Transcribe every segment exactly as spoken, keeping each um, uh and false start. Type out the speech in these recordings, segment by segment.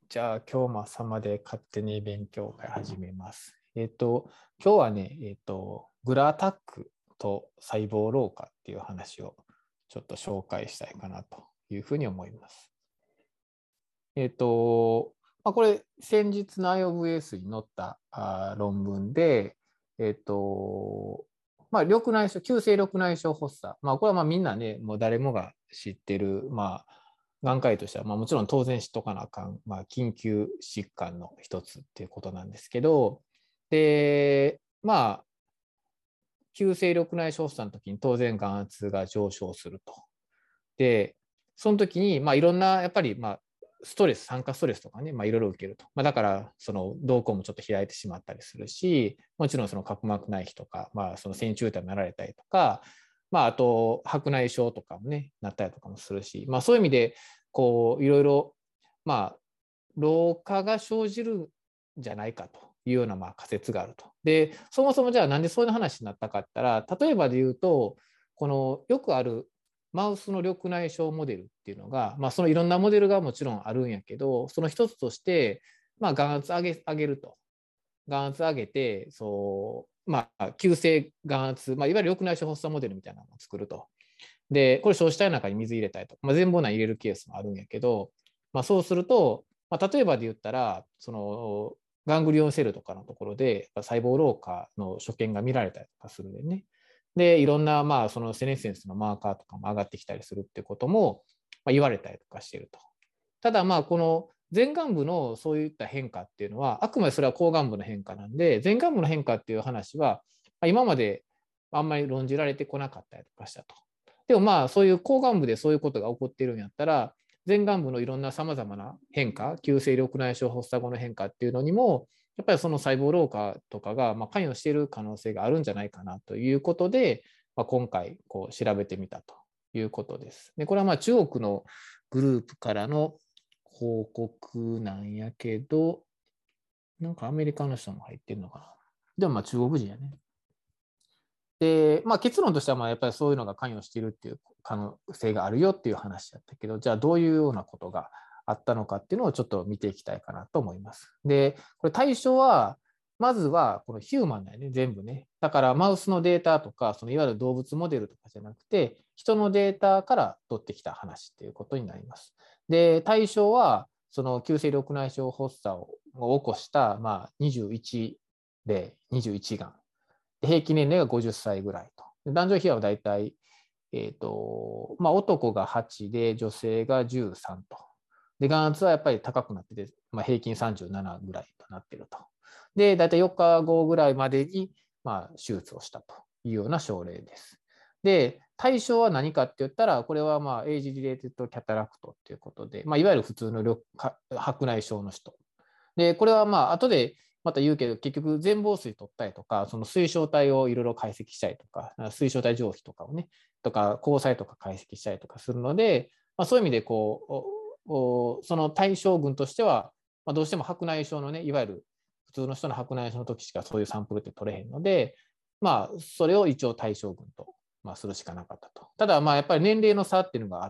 じゃあ今日も朝まで勝手に勉強会始めます。えっと、今日はね、えっと、グラタックと細胞老化っていう話をちょっと紹介したいかなというふうに思います。えっと、まあ、これ先日の アイオーブイエス に載ったあ論文で、えっと、まあ、緑内障、急性緑内障発作。まあ、これはまあみんなね、もう誰もが知ってる、まあ、眼科医としては、まあ、もちろん当然知っとかなあかん、まあ、緊急疾患の一つっていうことなんですけど、で、まあ、急性緑内障発作の時に当然眼圧が上昇すると。で、その時に、まあ、いろんな、やっぱり、まあ、ストレス、酸化ストレスとかね、まあ、いろいろ受けると。まあ、だから、その、瞳孔もちょっと開いてしまったりするし、もちろんその角膜内皮とか、まあ、その線虫体になられたりとか、まあ、あと、白内障とかもね、なったりとかもするし、まあ、そういう意味で、こう、いろいろ、まあ、老化が生じるんじゃないかというようなまあ仮説があると。で、そもそもじゃあなんでそういう話になったかったら、例えばで言うと、このよくあるマウスの緑内障モデルっていうのが、まあ、そのいろんなモデルがもちろんあるんやけど、その一つとして、まあ、眼圧上げ上げると。眼圧上げて、そう、まあ、急性眼圧、まあ、いわゆる緑内障発作モデルみたいなのを作ると。で、これ、焼死体の中に水入れたりとか、まあ、全部内入れるケースもあるんやけど、まあ、そうすると、まあ、例えばで言ったら、その、ガングリオンセルとかのところで、細胞老化の所見が見られたりとかするんでね。で、いろんな、まあ、そのセネッセンスのマーカーとかも上がってきたりするっていうことも、まあ、言われたりとかしていると。ただ、まあ、この前眼部のそういった変化っていうのは、あくまでそれは後眼部の変化なんで、前眼部の変化っていう話は、今まであんまり論じられてこなかったりとかしたと。でもまあ、そういう後眼部でそういうことが起こっているんやったら、前眼部のいろんなさまざまな変化、急性緑内障発作後の変化っていうのにも、やっぱりその細胞老化とかが関与している可能性があるんじゃないかなということで、まあ、今回こう調べてみたということです。で、これはまあ中国のグループからの報告なんやけど、なんかアメリカの人も入ってるのかな。でもまあ中国人やね。で、まあ、結論としてはまあやっぱりそういうのが関与しているっていう可能性があるよっていう話だったけど、じゃあどういうようなことがあったのかっていうのをちょっと見ていきたいかなと思います。で、これ対象は、まずはこのヒューマンだよね、全部ね。だからマウスのデータとか、そのいわゆる動物モデルとかじゃなくて、人のデータから取ってきた話っていうことになります。で、対象は、その急性緑内障発作を起こした、まあ、にじゅういち例、にじゅういちがん。平均年齢がごじゅっさいぐらいと。男女比はだいたい、えーとまあ、男がはちで女性がじゅうさんと。で、眼圧はやっぱり高くなってて、まあ、平均さんじゅうななぐらいとなっていると。で、だいたいよっかごぐらいまでに、まあ、手術をしたというような症例です。で、対象は何かって言ったら、これはまあ、エイジリレーテッドキャタラクトっていうことで、まあ、いわゆる普通の白内障の人。で、これはまあ、後でまた言うけど、結局全房水取ったりとか、その水晶体をいろいろ解析したりとか、水晶体上皮とかをね、とか、虹彩とか解析したりとかするので、まあ、そういう意味でこう、その対象群としては、まあ、どうしても白内障のね、いわゆる普通の人の白内障の時しかそういうサンプルって取れへんので、まあ、それを一応対象群と、まあ、するしかなかったと。ただ、まあ、やっぱり年齢の差っていうのがあって、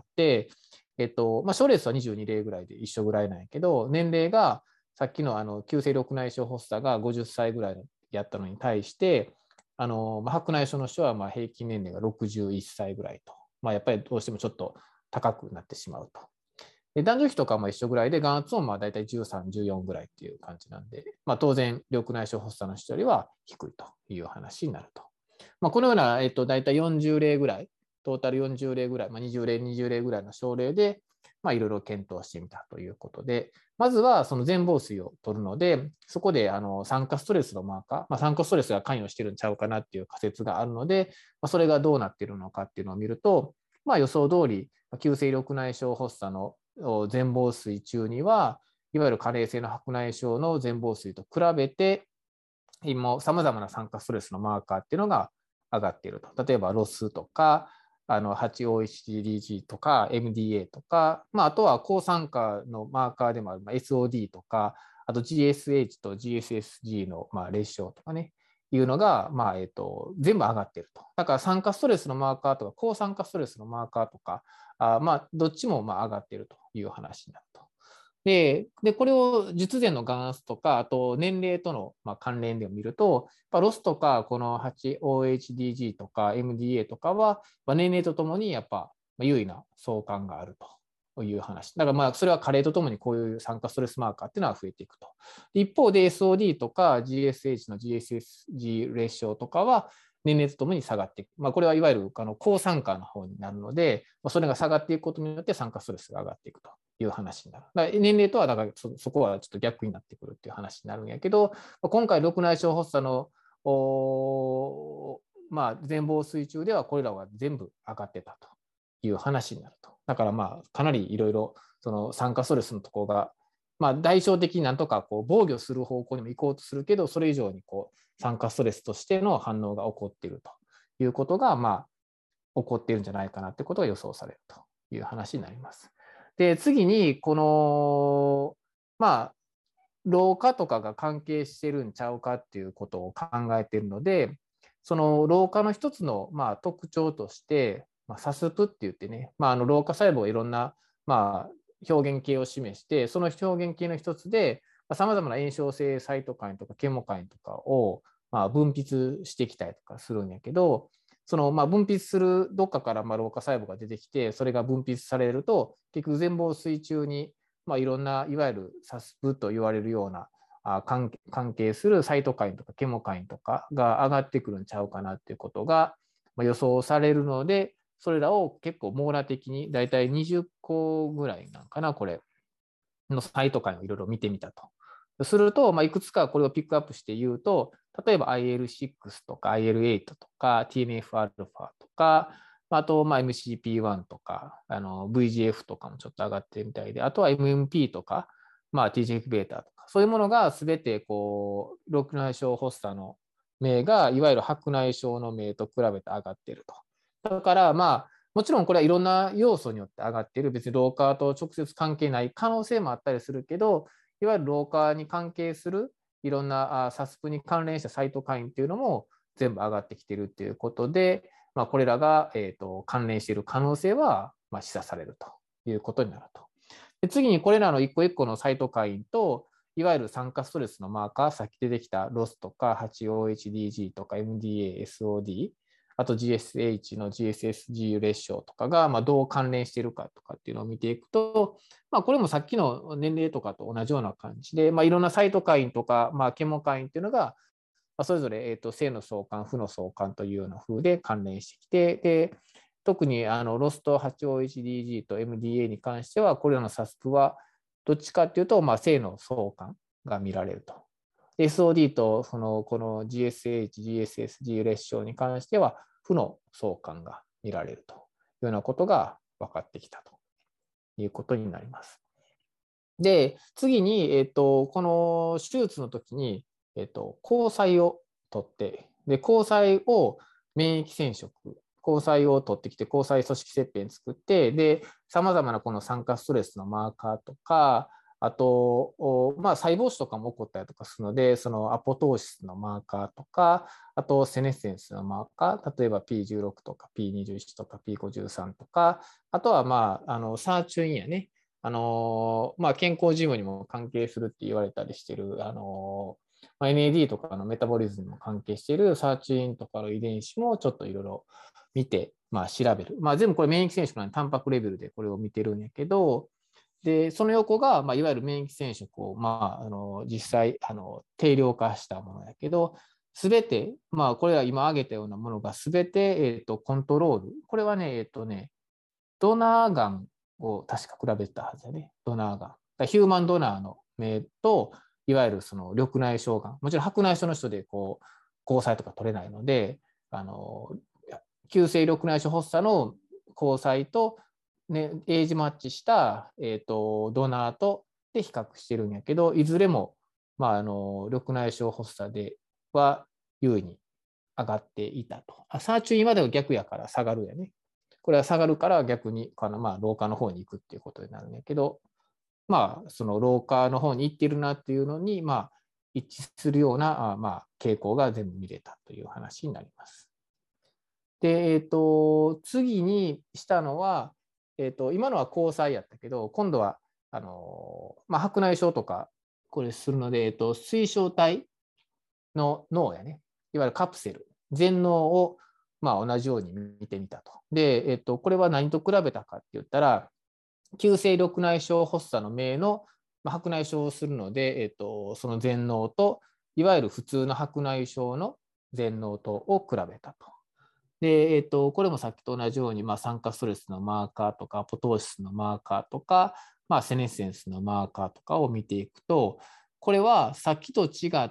えっと、まあ、症例数はにじゅうに例ぐらいで一緒ぐらいなんやけど、年齢がさっきのあの急性緑内障発作がごじゅっさいぐらいやったのに対して、あの白内障の人はまあ平均年齢がろくじゅういっさいぐらいと、まあ、やっぱりどうしてもちょっと高くなってしまうと。で男女比とかも一緒ぐらいで、眼圧もまあ大体じゅうさん、じゅうよんぐらいっていう感じなんで、まあ、当然、緑内障発作の人よりは低いという話になると。まあ、このような、えっと、大体よんじゅう例ぐらい、トータルよんじゅう例ぐらい、まあ、にじゅう例、にじゅう例ぐらいの症例で、まあ、いろいろ検討してみたということで、まずはその全房水を取るので、そこであの酸化ストレスのマーカー、まあ、酸化ストレスが関与しているんちゃうかなっていう仮説があるので、まあ、それがどうなっているのかっていうのを見ると、まあ、予想通り、急性緑内障発作の全房水中には、いわゆる加齢性の白内障の全房水と比べて、今、さまざまな酸化ストレスのマーカーっていうのが上がっていると。例えば、ロスとか、あの はちオーエイチディージー とか エムディーエー とか、まあ、あとは抗酸化のマーカーでもある エスオーディー とか、あと ジーエスエイチ と ジーエスエスジー のまあレシオとかね、いうのが、まあえっと、全部上がっていると。だから酸化ストレスのマーカーとか、抗酸化ストレスのマーカーとか、あまあ、どっちもまあ上がっているという話になると。 で、でこれを術前の眼圧とか、あと年齢とのまあ関連で見ると、ロスとかこの はちオーエイチディージー とか エムディーエー とかは、まあ、年齢とともにやっぱ優位な相関があるという話。だからまあそれは加齢とともにこういう酸化ストレスマーカーっていうのは増えていくと。一方で エスオーディー とか ジーエスエイチ の ジーエスエスジー レーションとかは年齢とともに下がっていく。まあ、これはいわゆるあの抗酸化の方になるので、それが下がっていくことによって酸化ストレスが上がっていくという話になる。だから年齢とはだからそ、そこはちょっと逆になってくるっていう話になるんやけど、今回、緑内障発作のまあ、全貌水中ではこれらは全部上がってたという話になると。だからまあかなりいろいろその酸化ストレスのところが、まあ、代償的になんとかこう防御する方向にも行こうとするけど、それ以上にこう酸化ストレスとしての反応が起こっているということが、まあ、起こっているんじゃないかなということが予想されるという話になります。で、次に、この、まあ、老化とかが関係してるんちゃうかっていうことを考えているので、その老化の一つのまあ特徴として、まあ、サスプって言ってね、まあ、あの老化細胞いろんなまあ表現形を示して、その表現形の一つでさまざまな炎症性サイトカインとかケモカインとかをまあ分泌してきたりとかするんやけど、そのまあ分泌するどっかからまあ老化細胞が出てきて、それが分泌されると結局全貌水中にまあいろんないわゆるサスプと言われるような関係するサイトカインとかケモカインとかが上がってくるんちゃうかなっていうことが予想されるので、それらを結構網羅的にだいたいにじゅっこぐらいなんかな、これのサイトカインをいろいろ見てみたと。すると、まあ、いくつかこれをピックアップして言うと、例えば アイエルシックス とか アイエルエイト とか ティーエヌエフアルファ とか、あとまあ エムシーピーワン とかあの ブイジーエフ とかもちょっと上がってるみたいで、あとは エムエムピー とか、まあ、ティージーエフ ベータとか、そういうものがすべてこう緑内障発作の名がいわゆる白内障の名と比べて上がっていると。だからまあもちろんこれはいろんな要素によって上がっている、別に老化と直接関係ない可能性もあったりするけど、いわゆる老化に関係するいろんなサスプに関連したサイトカインっていうのも全部上がってきているっていうことで、まあ、これらが、えーと、関連している可能性は、まあ、示唆されるということになると。で次にこれらの一個一個のサイトカインと、いわゆる酸化ストレスのマーカー、さっき出てきたロスとか はちオーエイチディージー とか エムディーエー、エスオーディー、あと ジーエスエイチ の ジーエスエスジー レッションとかがまあどう関連しているかとかっていうのを見ていくと、まあ、これもさっきの年齢とかと同じような感じで、まあ、いろんなサイトカインとか、まあ、ケモカインっていうのが、まあ、それぞれ、えーと、正の相関、負の相関というような風で関連してきて、で特にあのロスト はちオーエイチディージー と エムディーエー に関しては、これらのサスプはどっちかっていうと、まあ、正の相関が見られると。エスオーディー とそのこの ジーエスエイチ、ジーエスエスジー レッションに関しては、負の相関が見られるというようなことが分かってきたということになります。で、次に、えーと、この手術の時に、えーと、虹彩を取って、で虹彩を免疫染色、虹彩を取ってきて、虹彩組織切片作って、で、さまざまなこの酸化ストレスのマーカーとか、あと、まあ、細胞死とかも起こったりとかするので、そのアポトーシスのマーカーとか、あとセネッセンスのマーカー、例えば ピーじゅうろく とか ピーにじゅういち とか ピーごじゅうさん とか、あとは、まあ、あのサーチュインやね、あのまあ、健康寿命にも関係するって言われたりしている、あのまあ、エヌエーディー とかのメタボリズムにも関係しているサーチュインとかの遺伝子もちょっといろいろ見て、まあ、調べる。まあ、全部これ免疫染色なので、タンパクレベルでこれを見てるんやけど、でその横が、まあ、いわゆる免疫染色を、まあ、あの実際あの定量化したものやけど、すべて、まあ、これは今挙げたようなものがすべて、えーと、コントロール。これはね、えっ、ー、とね、ドナーガンを確か比べたはずだね、ドナーガン。ヒューマンドナーの目と、いわゆるその緑内障がん。もちろん白内障の人でこう虹彩とか取れないので、あの急性緑内障発作の虹彩と、ね、エイジマッチした、えーと、ドナーとで比較してるんやけど、いずれも、まあ、あの緑内障発作では優位に上がっていたと。あ、サーチュインまでは逆やから下がるやね。これは下がるから逆にあの、まあ、老化の方に行くっていうことになるんだけど、まあ、その老化の方に行ってるなっていうのに、まあ、一致するような、まあ、傾向が全部見れたという話になります。で、えーと、次にしたのは、えーと、今のは虹彩やったけど、今度はあの、まあ、白内障とかこれするので、えっと、水晶体の脳やね、いわゆるカプセル、全脳をまあ同じように見てみたと。で、えっと、これは何と比べたかって言ったら、急性緑内障発作の目の白内障をするので、えっと、その全脳と、いわゆる普通の白内障の全脳とを比べたと。で、えっと、これもさっきと同じように、まあ、酸化ストレスのマーカーとか、アポトーシスのマーカーとか、まあ、セネッセンスのマーカーとかを見ていくと、これはさっきと違って、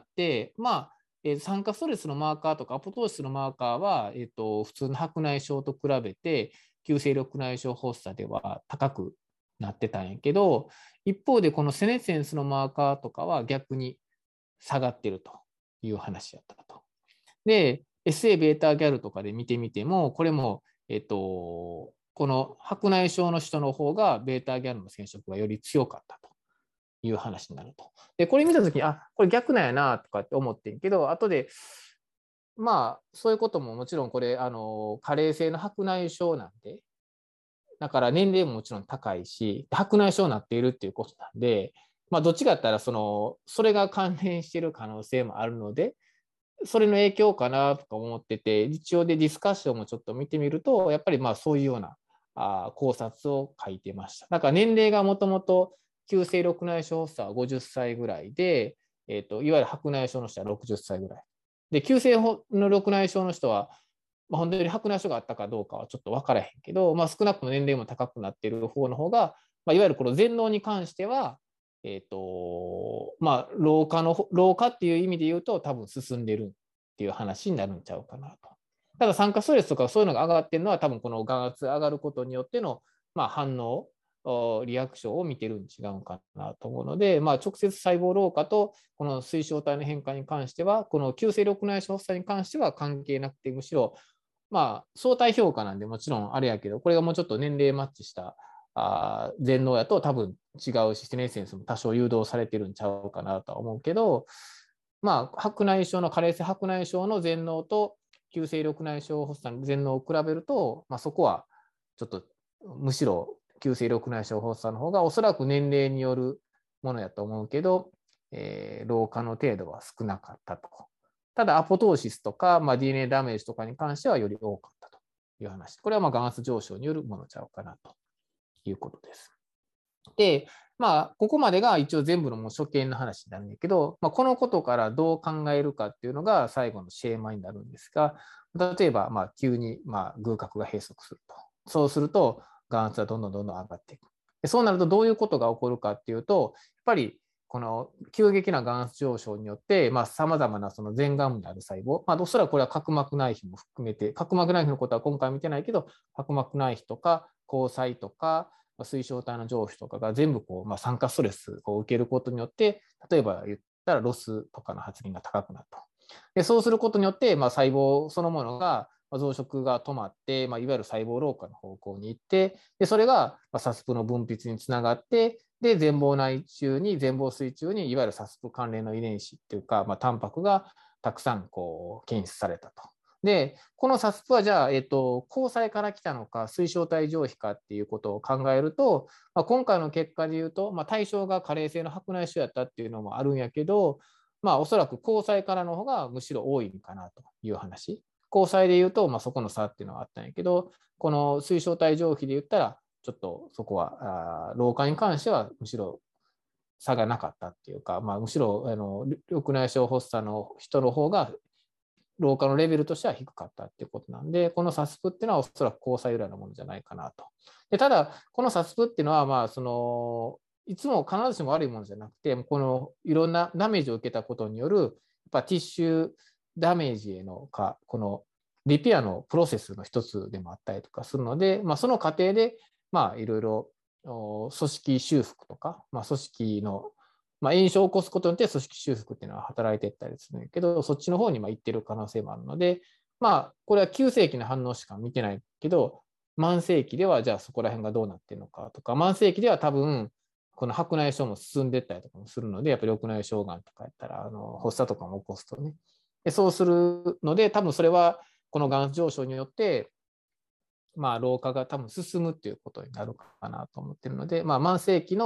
まあ、えー、酸化ストレスのマーカーとかアポトーシスのマーカーは、えっと、普通の白内障と比べて、急性緑内障発作では高くなってたんやけど、一方でこのセネッセンスのマーカーとかは逆に下がってるという話やったと。で、エスエー ベータギャルとかで見てみても、これも、えっと、この白内障の人の方がベータギャルの染色がより強かったという話になると。で、これ見たときに、あ、これ逆なんやなとかって思ってんけど、後で、まあ、そういうことももちろんこれ、あの、加齢性の白内障なんで、だから年齢ももちろん高いし、白内障になっているっていうことなんで、まあ、どっちかったらその、それが関連している可能性もあるので、それの影響かなとか思ってて、一応でディスカッションもちょっと見てみると、やっぱりまあそういうようなあ考察を書いてました。だから年齢がもともと急性緑内障発作はごじゅっさいぐらいで、えーと、いわゆる白内障の人はろくじゅっさいぐらい。で、急性の緑内障の人は、まあ、本当に白内障があったかどうかはちょっと分からへんけど、まあ、少なくとも年齢も高くなっている方の方が、まあ、いわゆるこの全脳に関しては、えっと、まあ、老化の、老化っていう意味で言うと、多分進んでるっていう話になるんちゃうかなと。ただ、酸化ストレスとかそういうのが上がってるのは、多分この眼圧上がることによっての、まあ、反応、リアクションを見てるに違うかなと思うので、まあ、直接細胞老化とこの水晶体の変化に関しては、この急性緑内障発作に関しては関係なくて、むしろ、まあ、相対評価なんでもちろんあれやけど、これがもうちょっと年齢マッチしたあ全脳やと多分違うし、セネッセンスも多少誘導されてるんちゃうかなとは思うけど、まあ、白内障の加齢性白内障の全脳と急性緑内障発作の全脳を比べると、まあ、そこはちょっとむしろ急性緑内障発作の方がおそらく年齢によるものやと思うけど、えー、老化の程度は少なかったと。ただ、アポトーシスとか、まあ、ディーエヌエー ダメージとかに関してはより多かったという話。これはまあ眼圧上昇によるものちゃうかなということです。で、まあ、ここまでが一応全部のもう初見の話になるんだけど、まあ、このことからどう考えるかっていうのが最後のシェーマになるんですが、例えば、まあ、急にまあ隅角が閉塞すると。そうすると、眼圧はどんどんどんどん上がっていく。でそうなるとどういうことが起こるかっていうと、やっぱりこの急激な眼圧上昇によって、さまざ、まなその前眼部にある細胞、まあ、おそらくこれは角膜内皮も含めて、角膜内皮のことは今回見てないけど、角膜内皮とか虹彩とか、水晶体の上皮とかが全部こう、まあ、酸化ストレスを受けることによって、例えば言ったらロスとかの発現が高くなると。でそうすることによって、まあ、細胞そのものが増殖が止まって、まあ、いわゆる細胞老化の方向に行って、でそれがサスプの分泌につながって、で全房内中に、全房水中にいわゆるサスプ関連の遺伝子っていうか、まあ、タンパクがたくさんこう検出されたと。で、このサスプはじゃあ、えっと、虹彩から来たのか、水晶体上皮かっていうことを考えると、まあ、今回の結果で言うと、まあ、対象が加齢性の白内障やったっていうのもあるんやけど、まあ、おそらく虹彩からの方がむしろ多いんかなという話。虹彩で言うと、まあ、そこの差っていうのはあったんやけど、この水晶体上皮で言ったら、ちょっとそこは、あ老化に関してはむしろ差がなかったっていうか、まあ、むしろあの緑内障発作の人の方が老化のレベルとしては低かったっていうことなんで、このサスプっていうのはおそらく虹彩由来のものじゃないかなと。でただ、このサスプっていうのは、まあ、そのいつも必ずしも悪いものじゃなくて、このいろんなダメージを受けたことによるやっぱティッシュダメージへのか、このリペアのプロセスの一つでもあったりとかするので、まあ、その過程で、まあ、いろいろ組織修復とか、まあ、組織のまあ、炎症を起こすことによって組織修復っていうのは働いていったりするんだけど、そっちの方にまあ行ってる可能性もあるので、まあ、これは急性期の反応しか見てないけど、慢性期ではじゃあそこら辺がどうなってるのかとか、慢性期では多分、この白内障も進んでいったりとかもするので、やっぱり緑内障眼とかやったら、あの発作とかも起こすとね。でそうするので、多分それはこの眼圧上昇によって、まあ、老化が多分進むっていうことになるかなと思ってるので、まあ、慢性期の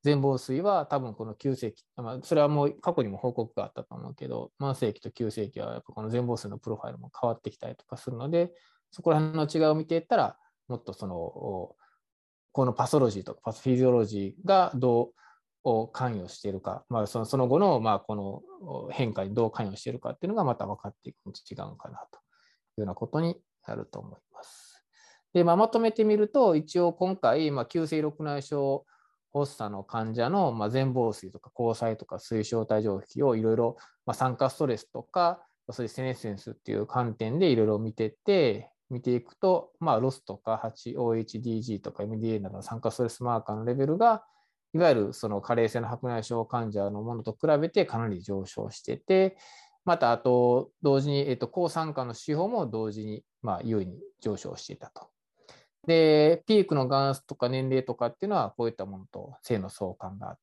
全房水は多分このきゅう世紀、まあ、それはもう過去にも報告があったと思うけど、満世紀ときゅう世紀はやっぱこの全房水のプロファイルも変わってきたりとかするので、そこら辺の違いを見ていったら、もっとその、このパソロジーとかパスフィジオロジーがどう関与しているか、まあ、そのその後のまあこの変化にどう関与しているかっていうのがまた分かっていくに違うのかなというようなことになると思います。で、まあ、まとめてみると、一応今回、まあ、急性緑内障発作の患者のまあ全房水とか虹彩とか水晶体上皮をいろいろ酸化ストレスとか、そういうセネッセンスっていう観点でいろいろ見てって、見ていくと、まあ、ロスとか エイチオーエイチディージー とか エムディーエー などの酸化ストレスマーカーのレベルが、いわゆるその加齢性の白内障患者のものと比べてかなり上昇してて、またあと同時に、えっと、抗酸化の指標も同時にまあ優位に上昇していたと。で、ピークの眼圧とか年齢とかっていうのはこういったものと正の相関があって、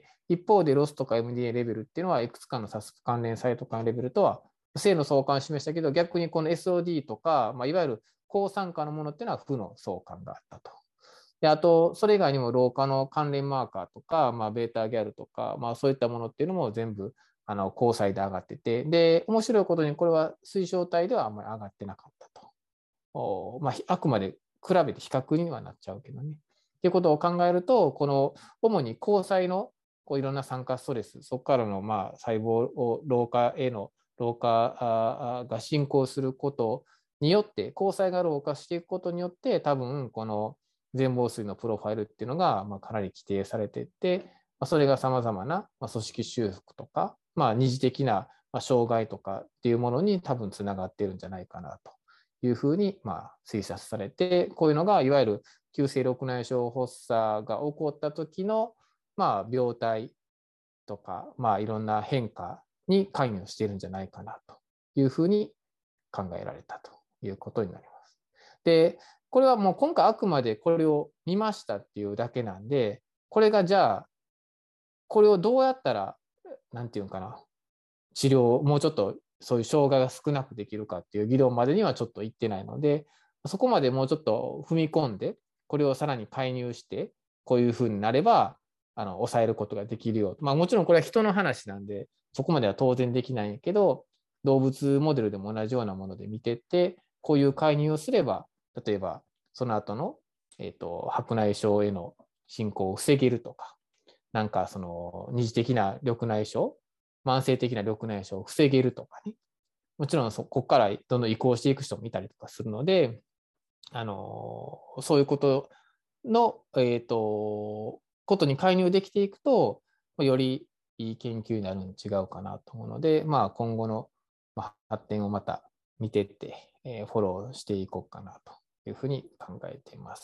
一方でロスとか エムディーエー レベルっていうのはいくつかのサスプ関連サイト間レベルとは正の相関を示したけど、逆にこの エスオーディー とか、まあ、いわゆる抗酸化のものっていうのは負の相関があったと。で、あと、それ以外にも老化の関連マーカーとか、まあ、ベータギャルとか、まあ、そういったものっていうのも全部、あの、交際で上がってて、で、面白いことにこれは水晶体ではあんまり上がってなかったと。おまあ、あくまで比べて比較にはなっちゃうけどね。っていうことを考えると、この主に虹彩のこういろんな酸化ストレス、そこからのまあ細胞を老化への老化が進行することによって、虹彩が老化していくことによって、多分この全房水のプロファイルっていうのがまあかなり規定されていて、それがさまざまな組織修復とか、まあ、二次的な障害とかっていうものに多分つながっているんじゃないかなというふうにまあ推察されて、こういうのがいわゆる急性緑内障発作が起こった時のまあ病態とか、まあ、いろんな変化に関与しているんじゃないかなというふうに考えられたということになります。で、これはもう今回あくまでこれを見ましたっていうだけなんで、これがじゃあ、これをどうやったら、なんていうかな、治療をもうちょっとそういう障害が少なくできるかっていう議論までにはちょっといってないので、そこまでもうちょっと踏み込んで、これをさらに介入して、こういうふうになれば、あの抑えることができるよ。まあもちろんこれは人の話なんで、そこまでは当然できないんやけど、動物モデルでも同じようなもので見てって、こういう介入をすれば、例えばその後の、えーと、白内障への進行を防げるとか、なんかその二次的な緑内障、慢性的な緑内障を防げるとかね。もちろんそこからどんどん移行していく人もいたりとかするので、あのそういうことの、えーと、ことに介入できていくと、よりいい研究になるに違うかなと思うので、まあ、今後の発展をまた見ていって、えー、フォローしていこうかなというふうに考えています。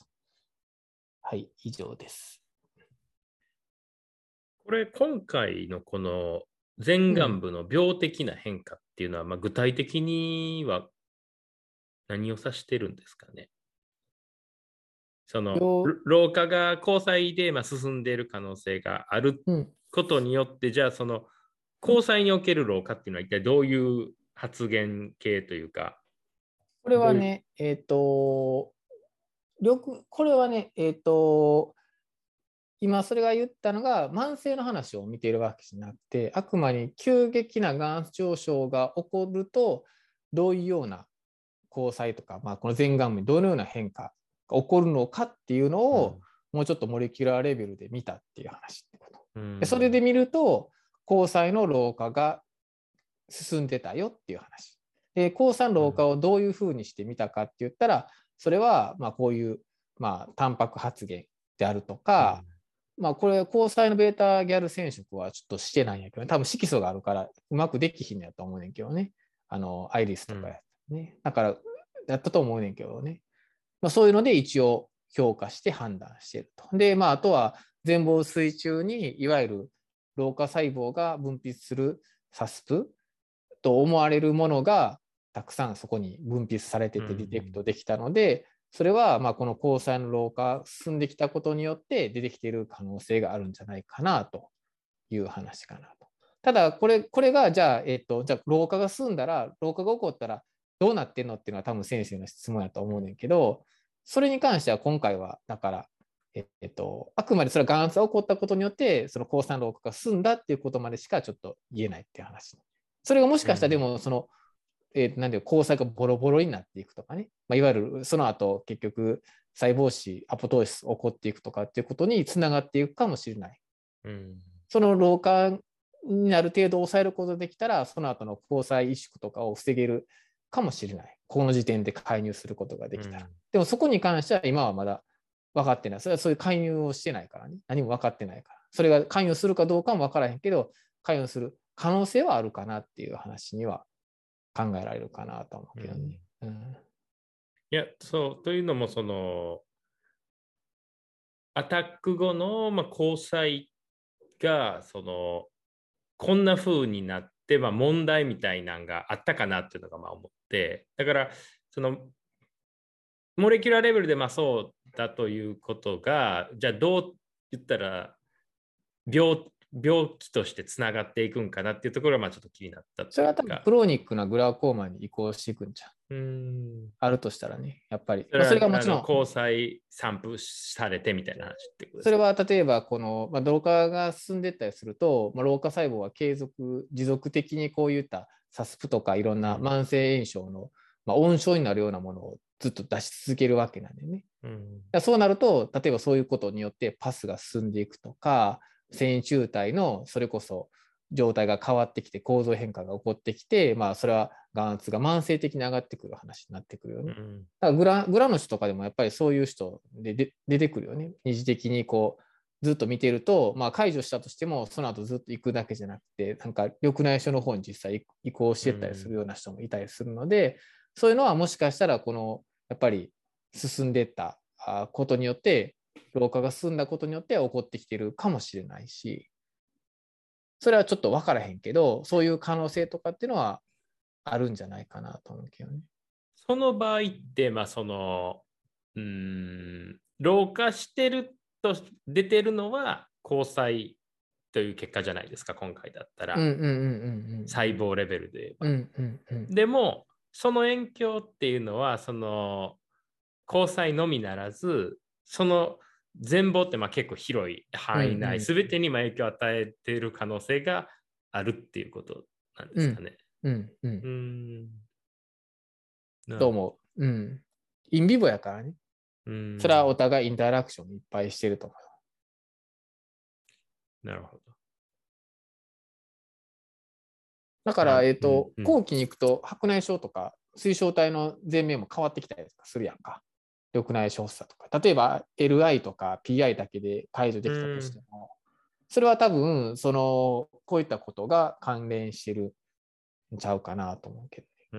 はい、以上です。 これ、今回のこの前眼部の病的な変化っていうのは、うん、まあ、具体的には何を指してるんですかね。その老化が虹彩でまあ進んでいる可能性があることによって、うん、じゃあその虹彩における老化っていうのは一体どういう発現系というか。 これはね、えっ、ー、と、これはね、えっ、ー、と、今それが言ったのが慢性の話を見ているわけじゃなくて、あくまで急激な眼圧上昇が起こるとどういうような虹彩とか、まあ、この前眼部にどのような変化が起こるのかっていうのを、もうちょっとモレキュラーレベルで見たっていう話ってこと。うん、でそれで見ると虹彩の老化が進んでたよっていう話。で虹彩老化をどういうふうにして見たかって言ったら、それはまあこういうまあタンパク発現であるとか、うん、まあこれ虹彩のベータギャル染色はちょっとしてないんやけど、ね、多分色素があるからうまくできひんやと思うねんけどね。あのアイリスとかやね、うん、だからやったと思うねんけどね。まあ、そういうので一応評価して判断していると。で、まああとは全房水中にいわゆる老化細胞が分泌するサスプと思われるものがたくさんそこに分泌されててディテクトできたので、うん、それはまあこの虹彩の老化進んできたことによって出てきている可能性があるんじゃないかなという話かなと。ただこれこれがじゃあ、えっと、じゃあ老化が進んだら老化が起こったらどうなってんのっていうのは多分先生の質問やと思うねんけど、それに関しては今回はだから、 えっと、あくまでそれは眼圧が起こったことによって、その降参老化が進んだっていうことまでしかちょっと言えないっていう話。それがもしかしたらでも、その、うん、えー、なんで虹彩がボロボロになっていくとかね、まあ、いわゆるその後結局細胞死、アポトーシス起こっていくとかっていうことにつながっていくかもしれない。 うん、 その老化になる程度抑えることができたら、その後の交際萎縮とかを防げるかもしれない。この時点で介入することができたら。うん、でもそこに関しては今はまだ分かってない。それはそういう介入をしてないからね。何も分かってないから。それが関与するかどうかも分からへんけど、関与する可能性はあるかなっていう話には考えられるかなと思うけどね。うんうん、 いや、そう、というのも、その、アタック後の、まあ、交際が、その、こんな風になって、まあ、問題みたいなのがあったかなっていうのがまあ思って、だから、その、モレキュラーレベルでまあそうだということが、じゃあどう言ったら病、病気としてつながっていくんかなっていうところがまあちょっと気になったってそれいうか。 は多分クロニックなグラコーマに移行していくんじゃん。 うん、 あるとしたらね、やっぱり。 それは、 まあ、それがもあのちろん、 交際散布されてみたいな話ってことですか。 それは例えばこの、まあ、老化が進んでいったりすると、まあ、老化細胞は継続、持続的にこういったサスプとかいろんな慢性炎症の、まあ、温床になるようなものをずっと出し続けるわけなんでね。 うん、 だそうなると、例えばそういうことによってパスが進んでいくとか、線維柱帯のそれこそ状態が変わってきて構造変化が起こってきて、まあ、それは眼圧が慢性的に上がってくる話になってくるよね。うん、だからグラグラの人とかでもやっぱりそういう人でで出てくるよね。二次的にこうずっと見てると、まあ、解除したとしてもその後ずっと行くだけじゃなくて、なんか緑内障の方に実際移行してったりするような人もいたりするので、うん、そういうのはもしかしたらこのやっぱり進んでいったことによって老化が進んだことによって起こってきているかもしれないし、それはちょっと分からへんけど、そういう可能性とかっていうのはあるんじゃないかなと思うけどね。 その場合って、まあその、うーん、老化してると出てるのは交際という結果じゃないですか、今回だったら。細胞レベルで言えば。うんうんうん、でも、その影響っていうのは、その、交際のみならず、その全貌ってまあ結構広い範囲内、すべ、うんうん、てに影響を与えている可能性があるっていうことなんですかね。 うんうんうん、 うん、 と思う。うん。インビボやからね。うん、それはお互いインタラクションいっぱいしてると思う。なるほど。 だから、えっ、ー、と、うんうん、後期に行くと白内障とか水晶体の前面も変わってきたりとかするやんか。緑内障発作とか。例えば エルアイ とか ピーアイ だけで解除できたとしても、それは多分、その、こういったことが関連してるんちゃうかなと思うけどね。うん、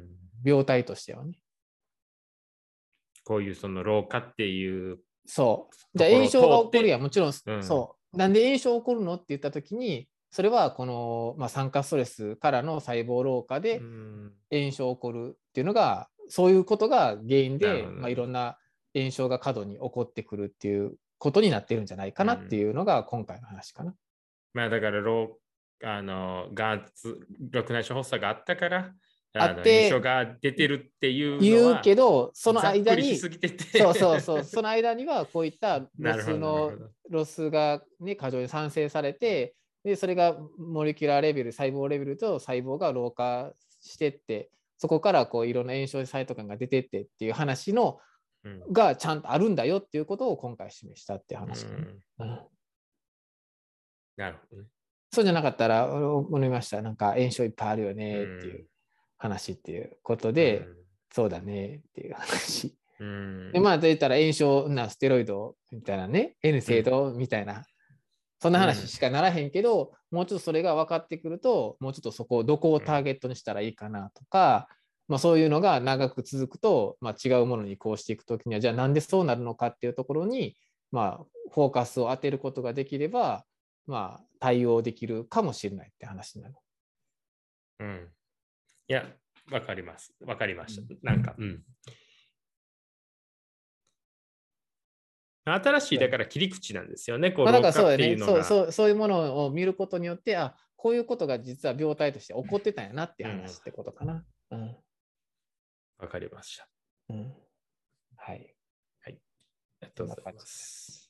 病態としてはね。 こういうその老化っていう。 そう。じゃあ炎症が起こるやん。もちろん、うん、そう。なんで炎症起こるのって言ったときに、それはこの、まあ、酸化ストレスからの細胞老化で炎症起こるっていうのが、そういうことが原因で、まあ、いろんな炎症が過度に起こってくるっていうことになってるんじゃないかなっていうのが今回の話かな。うん、 まあだから老あの眼圧緑内障発作があったからあって炎症が出てるっていうのは言うけど、その間にそうそうそうその間にはこういったロスのロスがね過剰に産生されて、でそれがモレキュラーレベル細胞レベルと細胞が老化してって、そこからこういろんな炎症サイトカインが出てってっていう話の、うん、がちゃんとあるんだよっていうことを今回示したっていう話かな。うんうん、 なるほどね。 そうじゃなかったら思いました。なんか炎症いっぱいあるよねっていう話っていうことで、うん、そうだねっていう話。うん、でまあ言ったら炎症なステロイドみたいなね N 精度みたいな、うん、そんな話しかならへんけど、うん、もうちょっとそれが分かってくるともうちょっとそこをどこをターゲットにしたらいいかなとか、うんまあ、そういうのが長く続くと、まあ、違うものに移行していくときにはじゃあなんでそうなるのかっていうところに、まあ、フォーカスを当てることができればまあ、対応できるかもしれないって話になる。 うん。いや、わかります。わかりました。なんか、うん。新しい、だから切り口なんですよね。こう、 まあ、だからそう老化よね。 っていうのが。 そうそう、そういうものを見ることによって、あ、こういうことが実は病態として起こってたんやなっていう話ってことかな。うん。わ、 うん、かりました。 うん。はい。 はい。 とうございます。